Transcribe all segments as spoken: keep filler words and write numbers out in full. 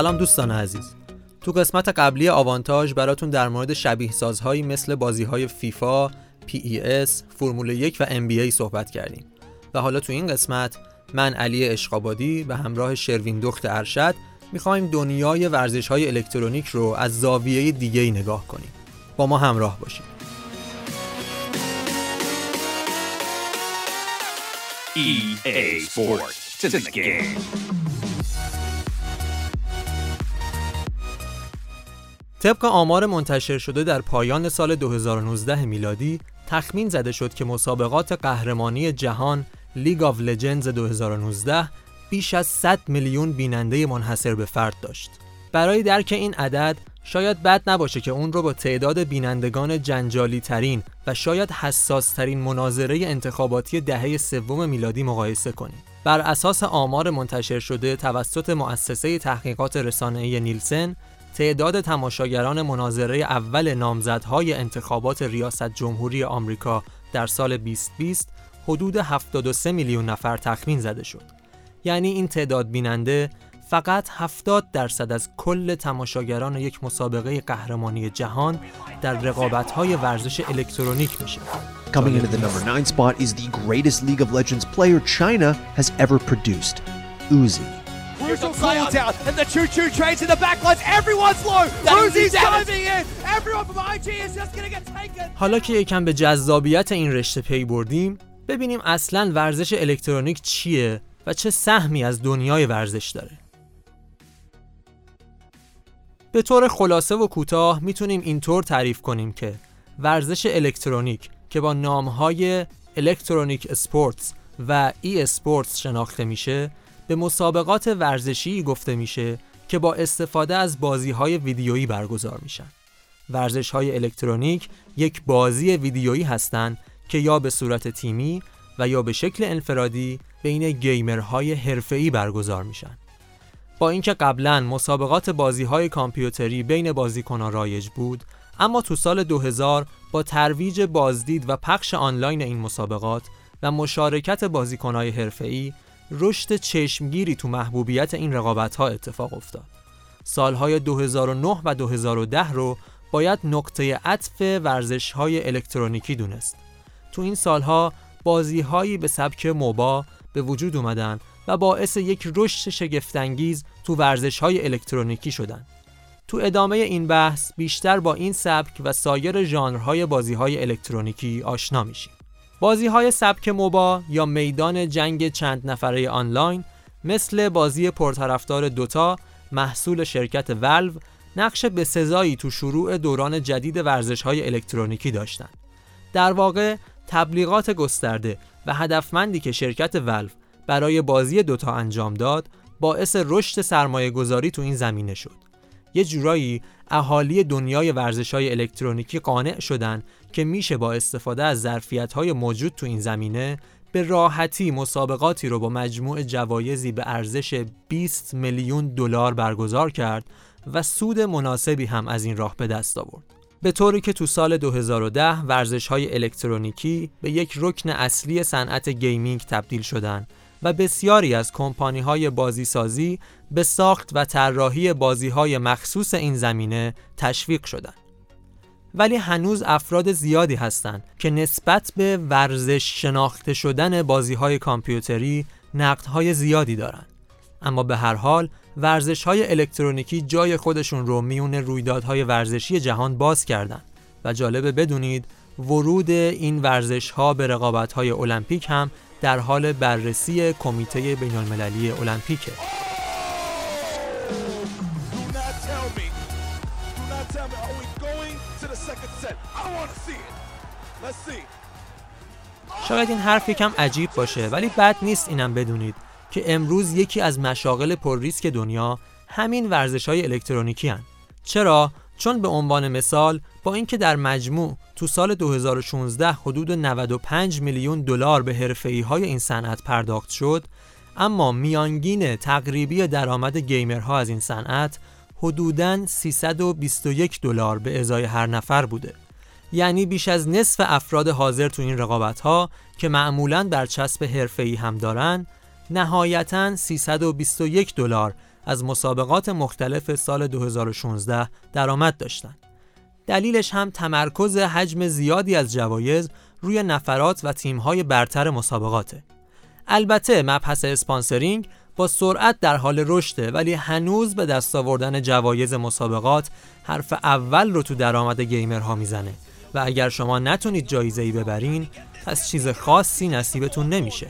سلام دوستان عزیز. تو قسمت قبلی آوانتاژ براتون در مورد شبیه سازهایی مثل بازی‌های فیفا، پی ای اس، فرمول یک و ام بی ای صحبت کردیم. و حالا تو این قسمت من علی عشق‌آبادی به همراه شروین دخت ارشد می‌خوایم دنیای ورزش‌های الکترونیک رو از زاویه دیگه‌ای نگاه کنیم. با ما همراه باشید. ای ای Sports, it's in the game. طبق آمار منتشر شده در پایان سال دو هزار و نوزده میلادی تخمین زده شد که مسابقات قهرمانی جهان لیگ آف لجندز دو هزار و نوزده بیش از صد میلیون بیننده منحصر به فرد داشت. برای درک این عدد شاید بد نباشه که اون رو با تعداد بینندگان جنجالی ترین و شاید حساس ترین مناظره انتخاباتی دهه سوم میلادی مقایسه کنیم. بر اساس آمار منتشر شده توسط مؤسسه تحقیقات رسانه‌ای نیلسن، تعداد تماشاگران مناظره اول نامزدهای انتخابات ریاست جمهوری آمریکا در سال بیست بیست حدود هفتاد و سه میلیون نفر تخمین زده شد. یعنی این تعداد بیننده فقط هفتاد درصد از کل تماشاگران یک مسابقه قهرمانی جهان در رقابت‌های ورزش الکترونیک میشه. Coming into the number nine spot is the greatest League of Legends player China has ever produced, Uzi. Here's a call down, and the choo-choo trains in the backlines. Everyone's low. Uzi's diving in. Everyone from آی جی is just gonna get taken. حالا که یکم به جذابیت این رشته پی بردیم، ببینیم اصلاً ورزش الکترونیک چیه و چه سهمی از دنیای ورزش داره. به طور خلاصه و کوتاه میتونیم اینطور تعریف کنیم که ورزش الکترونیک که با نامهای الکترونیک اسپورتس و ای اسپورتس شناخته میشه، به مسابقات ورزشی گفته میشه که با استفاده از بازی‌های ویدیویی برگزار میشن. ورزش‌های الکترونیک یک بازی ویدیویی هستند که یا به صورت تیمی و یا به شکل انفرادی بین گیمرهای حرفه‌ای برگزار میشن. با اینکه قبلاً مسابقات بازی‌های کامپیوتری بین بازیکنان رایج بود، اما تو سال دو هزار با ترویج بازدید و پخش آنلاین این مسابقات و مشارکت بازیکن‌های حرفه‌ای، رشد چشمگیری تو محبوبیت این رقابت‌ها اتفاق افتاد. سالهای دو هزار و نه و دو هزار و ده رو باید نقطه عطف ورزش‌های الکترونیکی دونست. تو این سالها بازی‌هایی به سبک موبا به وجود اومدن و باعث یک رشد شگفت‌انگیز تو ورزش‌های الکترونیکی شدن. تو ادامه این بحث بیشتر با این سبک و سایر ژانرهای بازی‌های الکترونیکی آشنا میشیم. بازی‌های سبک موبا یا میدان جنگ چند نفره آنلاین مثل بازی پرطرفدار دوتا محصول شرکت والو نقش بسزایی تو شروع دوران جدید ورزش‌های الکترونیکی داشتند. در واقع تبلیغات گسترده و هدفمندی که شرکت والو برای بازی دوتا انجام داد باعث رشد سرمایه‌گذاری تو این زمینه شد. یه جورایی اهالی دنیای ورزش‌های الکترونیکی قانع شدن که میشه با استفاده از ظرفیت‌های موجود تو این زمینه به راحتی مسابقاتی رو با مجموع جوایزی به ارزش بیست میلیون دلار برگزار کرد و سود مناسبی هم از این راه به دست آورد. به طوری که تو سال دو هزار و ده ورزش‌های الکترونیکی به یک رکن اصلی صنعت گیمینگ تبدیل شدند و بسیاری از کمپانی‌های بازیسازی به ساخت و طراحی بازی‌های مخصوص این زمینه تشویق شدند. ولی هنوز افراد زیادی هستند که نسبت به ورزش شناخته شدن بازی‌های کامپیوتری نقدهای زیادی دارند. اما به هر حال ورزش‌های الکترونیکی جای خودشون رو میون رویدادهای ورزشی جهان باز کردند و جالبه بدونید ورود این ورزش‌ها به رقابت‌های المپیک هم در حال بررسی کمیته بین‌المللی المپیکه. شاید این حرف یکم عجیب باشه ولی بد نیست اینم بدونید که امروز یکی از مشاغل پر ریسک دنیا همین ورزش‌های الکترونیکی هن. چرا؟ چون به عنوان مثال با اینکه در مجموع تو سال دو هزار و شانزده حدود نود و پنج میلیون دلار به حرفه‌ای‌های این صنعت پرداخت شد، اما میانگین تقریبی درآمد گیمرها از این صنعت حدوداً سیصد و بیست و یک دلار به ازای هر نفر بوده. یعنی بیش از نصف افراد حاضر تو این رقابت‌ها که معمولاً برچسب حرفه‌ای هم دارن، نهایتاً سیصد و بیست و یک دلار از مسابقات مختلف سال دو هزار و شانزده درآمد داشتند. دلیلش هم تمرکز حجم زیادی از جوایز روی نفرات و تیم‌های برتر مسابقاته. البته مبحث اسپانسرینگ با سرعت در حال رشده، ولی هنوز به دست آوردن جوایز مسابقات حرف اول رو تو درآمد گیمرها میزنه و اگر شما نتونید جایزه‌ای ببرین پس چیز خاصی نصیبتون نمیشه.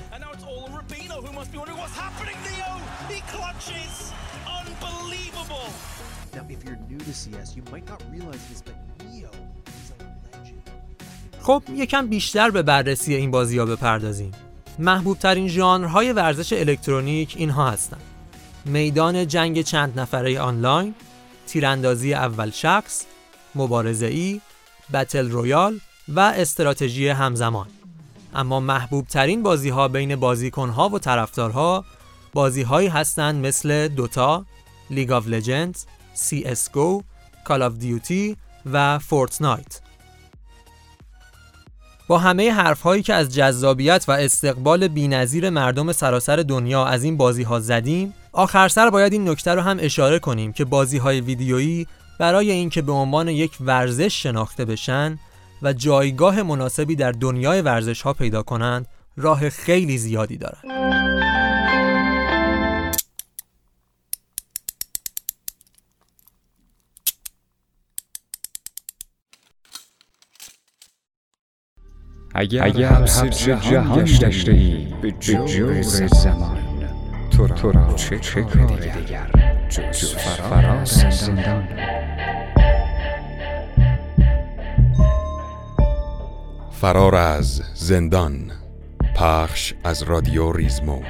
خب یکم بیشتر به بررسی این بازی‌ها بپردازیم. محبوب ترین ژانرهای ورزش الکترونیک اینها هستند: میدان جنگ چند نفره آنلاین، تیراندازی اول شخص، مبارزه‌ای، بتل رویال و استراتژی همزمان. اما محبوب ترین بازی‌ها بین بازیکن‌ها و طرفدارها بازی‌هایی هستند مثل دوتا، لیگ آف لجندز، سی اس گو، کال آف دیوتی و فورتنایت. با همه حرف‌هایی که از جذابیت و استقبال بی‌نظیر مردم سراسر دنیا از این بازی‌ها زدیم، آخر سر باید این نکته رو هم اشاره کنیم که بازی‌های ویدیویی برای اینکه به عنوان یک ورزش شناخته بشن و جایگاه مناسبی در دنیای ورزش‌ها پیدا کنند، راه خیلی زیادی دارند. اگر, اگر حبس جهان گشته ای به جور زمان، تو را چه, چه کار دیگر جز فرار از زندان؟ فرار از زندان، پخش از رادیو ریزموج.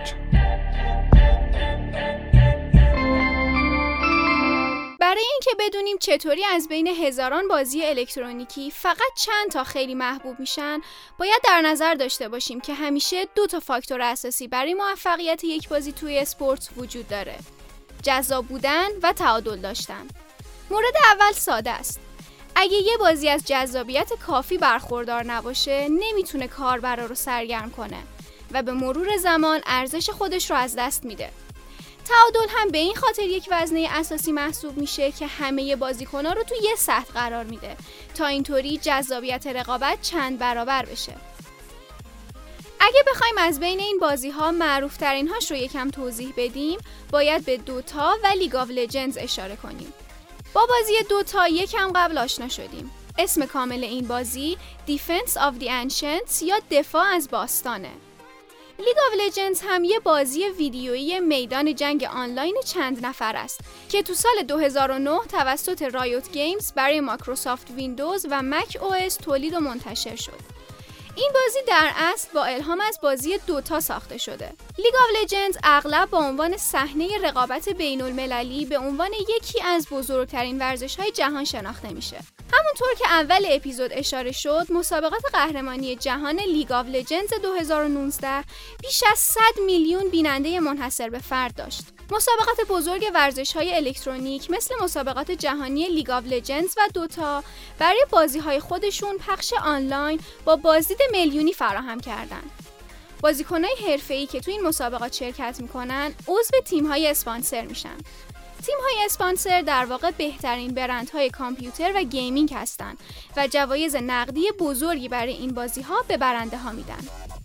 برای اینکه بدونیم چطوری از بین هزاران بازی الکترونیکی فقط چند تا خیلی محبوب میشن، باید در نظر داشته باشیم که همیشه دو تا فاکتور اساسی برای موفقیت یک بازی توی اسپورت وجود داره: جذاب بودن و تعادل داشتن. مورد اول ساده است. اگه یه بازی از جذابیت کافی برخوردار نباشه، نمیتونه کاربرا رو سرگرم کنه و به مرور زمان ارزش خودش رو از دست میده. تعادل هم به این خاطر یک وزنه اساسی محسوب میشه که همه بازیکن‌ها رو تو یه سطح قرار میده تا اینطوری جذابیت رقابت چند برابر بشه. اگه بخوایم از بین این بازی‌ها معروف‌ترین‌هاش رو یکم توضیح بدیم، باید به دوتا و لیگ آف لجندز اشاره کنیم. با بازی دوتا یکم قبل آشنا شدیم. اسم کامل این بازی Defense of the Ancients یا دفاع از باستانه. لیگ آف لجندز هم یه بازی ویدیویی میدان جنگ آنلاین چند نفر است که تو سال دو هزار و نه توسط رایوت گیمز برای مایکروسافت ویندوز و مک او اس تولید و منتشر شد. این بازی در اصل با الهام از بازی دوتا ساخته شده. لیگ آف لجندز اغلب با عنوان صحنه رقابت بین المللی به عنوان یکی از بزرگترین ورزش‌های جهان شناخته میشه. همونطور که اول اپیزود اشاره شد، مسابقات قهرمانی جهان لیگ آف لجندز دو هزار و نوزده بیش از صد میلیون بیننده منحصر به فرد داشت. مسابقات بزرگ ورزش‌های الکترونیک مثل مسابقات جهانی لیگ آف لجندز و دوتا برای بازی‌های خودشون پخش آنلاین با بازدید میلیونی فراهم کردند. بازیکن‌های حرفه‌ای که تو این مسابقات شرکت می‌کنن عضو تیم‌های اسپانسر میشن. تیم‌های اسپانسر در واقع بهترین برندهای کامپیوتر و گیمینگ هستند و جوایز نقدی بزرگی برای این بازی‌ها به برنده‌ها میدن.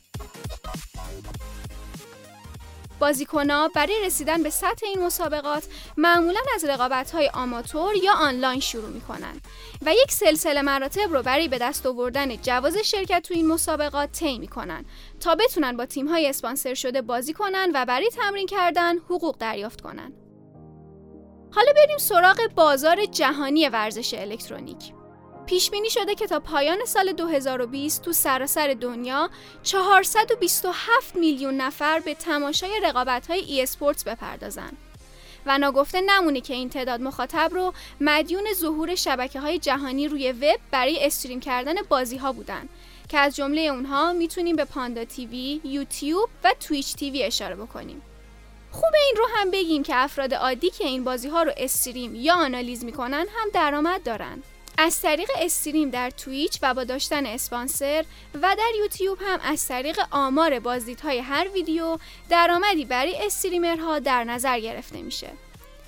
بازیکن‌ها برای رسیدن به سطح این مسابقات معمولاً از رقابت‌های آماتور یا آنلاین شروع می‌کنن و یک سلسله مراتب رو برای به دست آوردن جواز شرکت تو این مسابقات طی می‌کنن تا بتونن با تیم‌های اسپانسر شده بازی کنن و برای تمرین کردن حقوق دریافت کنن. حالا بریم سراغ بازار جهانی ورزش الکترونیک. پیش بینی شده که تا پایان سال دو هزار و بیست تو سراسر دنیا چهارصد و بیست و هفت میلیون نفر به تماشای رقابت‌های ای اسپورتس بپردازن و ناگفته نمونه که این تعداد مخاطب رو مدیون ظهور شبکه‌های جهانی روی وب برای استریم کردن بازی‌ها بودن که از جمله اونها میتونیم به پاندا تیوی، یوتیوب و تویچ تیوی اشاره بکنیم. خوبه این رو هم بگیم که افراد عادی که این بازی‌ها رو استریم یا آنالیز میکنن هم درآمد دارن. از طریق استریم در تویچ و با داشتن اسپانسر و در یوتیوب هم از طریق آمار بازدیدهای هر ویدیو درآمدی برای استریمرها در نظر گرفته میشه.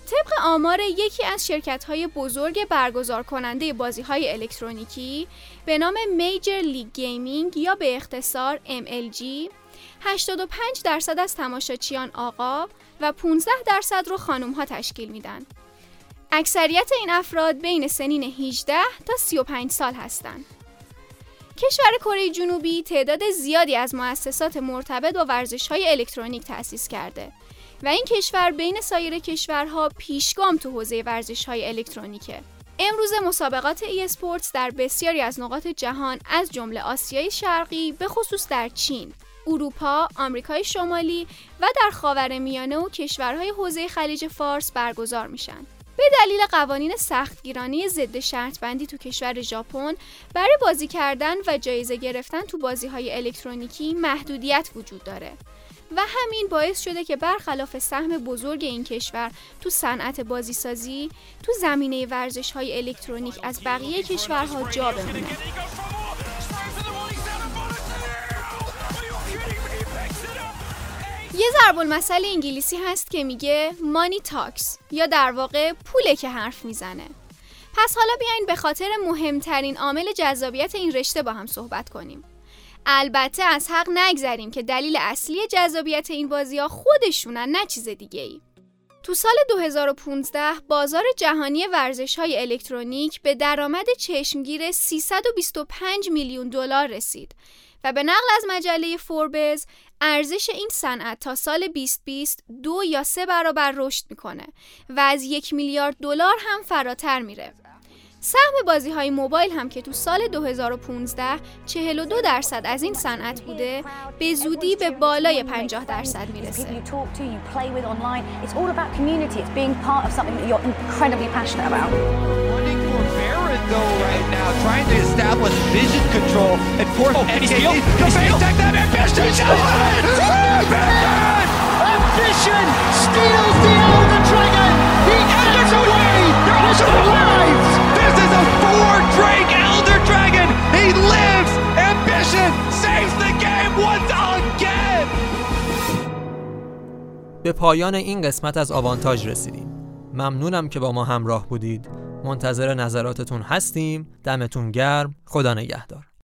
طبق آمار یکی از شرکت‌های بزرگ برگزار کننده بازی‌های الکترونیکی به نام میجر لیگ گیمینگ یا به اختصار ام ال جی، هشتاد و پنج درصد از تماشاچیان آقا و پانزده درصد رو خانم‌ها تشکیل میدن. اکثریت این افراد بین سنین هجده تا سی و پنج سال هستند. کشور کره جنوبی تعداد زیادی از مؤسسات مرتبط با ورزش‌های الکترونیک تأسیس کرده و این کشور بین سایر کشورها پیشگام تو حوزه ورزش‌های الکترونیکه. امروز مسابقات ای اسپورتس در بسیاری از نقاط جهان از جمله آسیای شرقی به خصوص در چین، اروپا، آمریکای شمالی و در خاورمیانه و کشورهای حوزه خلیج فارس برگزار میشن. به دلیل قوانین سختگیرانه ضد شرط بندی تو کشور ژاپن برای بازی کردن و جایزه گرفتن تو بازی‌های الکترونیکی محدودیت وجود داره و همین باعث شده که برخلاف سهم بزرگ این کشور تو صنعت بازیسازی، تو زمینه ورزش‌های الکترونیک از بقیه کشورها جا بمونه. یه ضرب المثل انگلیسی هست که میگه money talks یا در واقع پوله که حرف میزنه. پس حالا بیاین به خاطر مهمترین عامل جذابیت این رشته با هم صحبت کنیم. البته از حق نگذریم که دلیل اصلی جذابیت این بازی‌ها خودشونن، نه چیز دیگه ای. تو سال دو هزار و پانزده بازار جهانی ورزش‌های الکترونیک به درآمد چشمگیر سیصد و بیست و پنج میلیون دلار رسید و به نقل از مجله فوربس ارزش این صنعت تا سال بیست بیست دو یا سه برابر رشد میکنه و از یک میلیارد دلار هم فراتر میره. سهم بازی‌های موبایل هم که تو سال دو هزار و پانزده چهل و دو درصد از این صنعت بوده، به زودی به بالای پنجاه درصد میرسه. به پایان این قسمت از آوانتاژ رسیدیم. ممنونم که با ما همراه بودید. منتظر نظراتتون هستیم. دمتون گرم. خدا نگهدار.